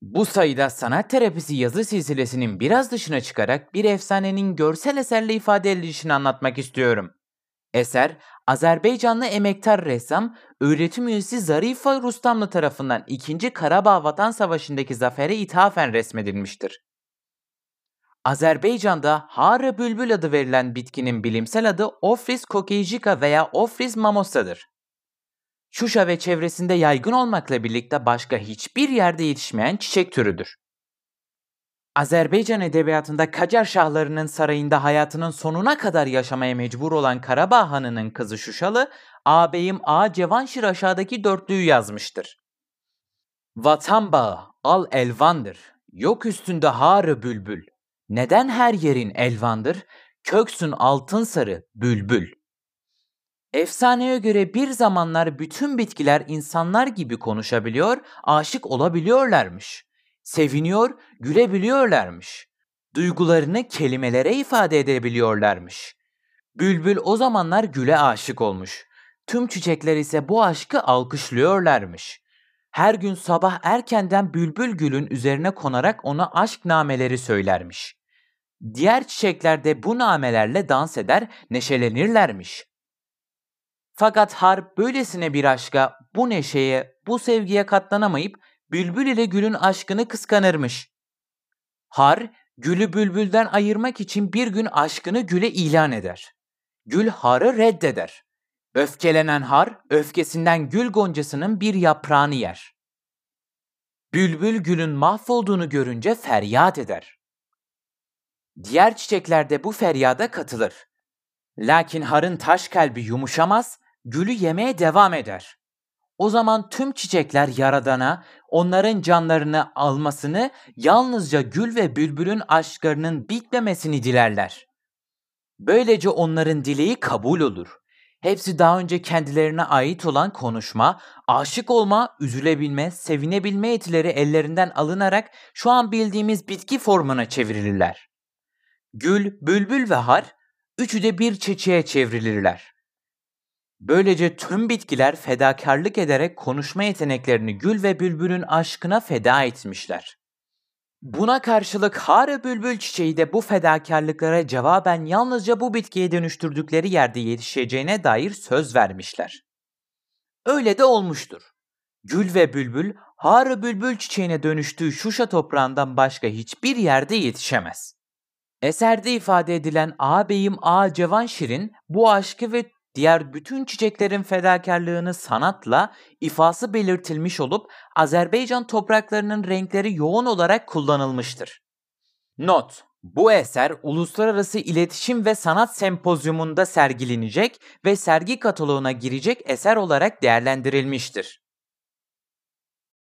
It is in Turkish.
Bu sayıda sanat terapisi yazı silsilesinin biraz dışına çıkarak bir efsanenin görsel eserle ifade edilişini anlatmak istiyorum. Eser, Azerbaycanlı emektar ressam, öğretim üyesi Zarifa Rustamlı tarafından 2. Karabağ Vatan Savaşı'ndaki zafere ithafen resmedilmiştir. Azerbaycan'da Hara bülbül adı verilen bitkinin bilimsel adı Ophrys kokeigica veya Ophrys mamosa'dır. Şuşa ve çevresinde yaygın olmakla birlikte başka hiçbir yerde yetişmeyen çiçek türüdür. Azerbaycan edebiyatında Kacar şahlarının sarayında hayatının sonuna kadar yaşamaya mecbur olan Karabağ Hanı'nın kızı Şuşalı, ağabeyim Ağa Cevanşir aşağıdaki dörtlüğü yazmıştır. Vatan bağı al elvandır, yok üstünde harı bülbül. Neden her yerin elvandır, köksün altın sarı bülbül. Efsaneye göre bir zamanlar bütün bitkiler insanlar gibi konuşabiliyor, aşık olabiliyorlarmış. Seviniyor, gülebiliyorlarmış. Duygularını kelimelere ifade edebiliyorlarmış. Bülbül o zamanlar güle aşık olmuş. Tüm çiçekler ise bu aşkı alkışlıyorlarmış. Her gün sabah erkenden bülbül gülün üzerine konarak ona aşk nameleri söylermiş. Diğer çiçekler de bu namelerle dans eder, neşelenirlermiş. Fakat har böylesine bir aşka, bu neşeye, bu sevgiye katlanamayıp bülbül ile gülün aşkını kıskanırmış. Har, gülü bülbülden ayırmak için bir gün aşkını güle ilan eder. Gül harı reddeder. Öfkelenen har, öfkesinden gül goncasının bir yaprağını yer. Bülbül gülün mahvolduğunu görünce feryat eder. Diğer çiçekler de bu feryada katılır. Lakin harın taş kalbi yumuşamaz, gülü yemeye devam eder. O zaman tüm çiçekler Yaradan'a onların canlarını almasını, yalnızca gül ve bülbülün aşklarının bitmemesini dilerler. Böylece onların dileği kabul olur. Hepsi daha önce kendilerine ait olan konuşma, aşık olma, üzülebilme, sevinebilme yetileri ellerinden alınarak şu an bildiğimiz bitki formuna çevrilirler. Gül, bülbül ve har, üçü de bir çiçeğe çevrilirler. Böylece tüm bitkiler fedakarlık ederek konuşma yeteneklerini gül ve bülbülün aşkına feda etmişler. Buna karşılık har bülbül çiçeği de bu fedakarlıklara cevaben yalnızca bu bitkiye dönüştürdükleri yerde yetişeceğine dair söz vermişler. Öyle de olmuştur. Gül ve bülbül har bülbül çiçeğine dönüştüğü Şuşa toprağından başka hiçbir yerde yetişemez. Eserde ifade edilen ağabeyim Ağa Cevanşir'in bu aşkı ve diğer bütün çiçeklerin fedakarlığını sanatla ifası belirtilmiş olup Azerbaycan topraklarının renkleri yoğun olarak kullanılmıştır. Not: Bu eser Uluslararası İletişim ve Sanat Sempozyumunda sergilenecek ve sergi kataloğuna girecek eser olarak değerlendirilmiştir.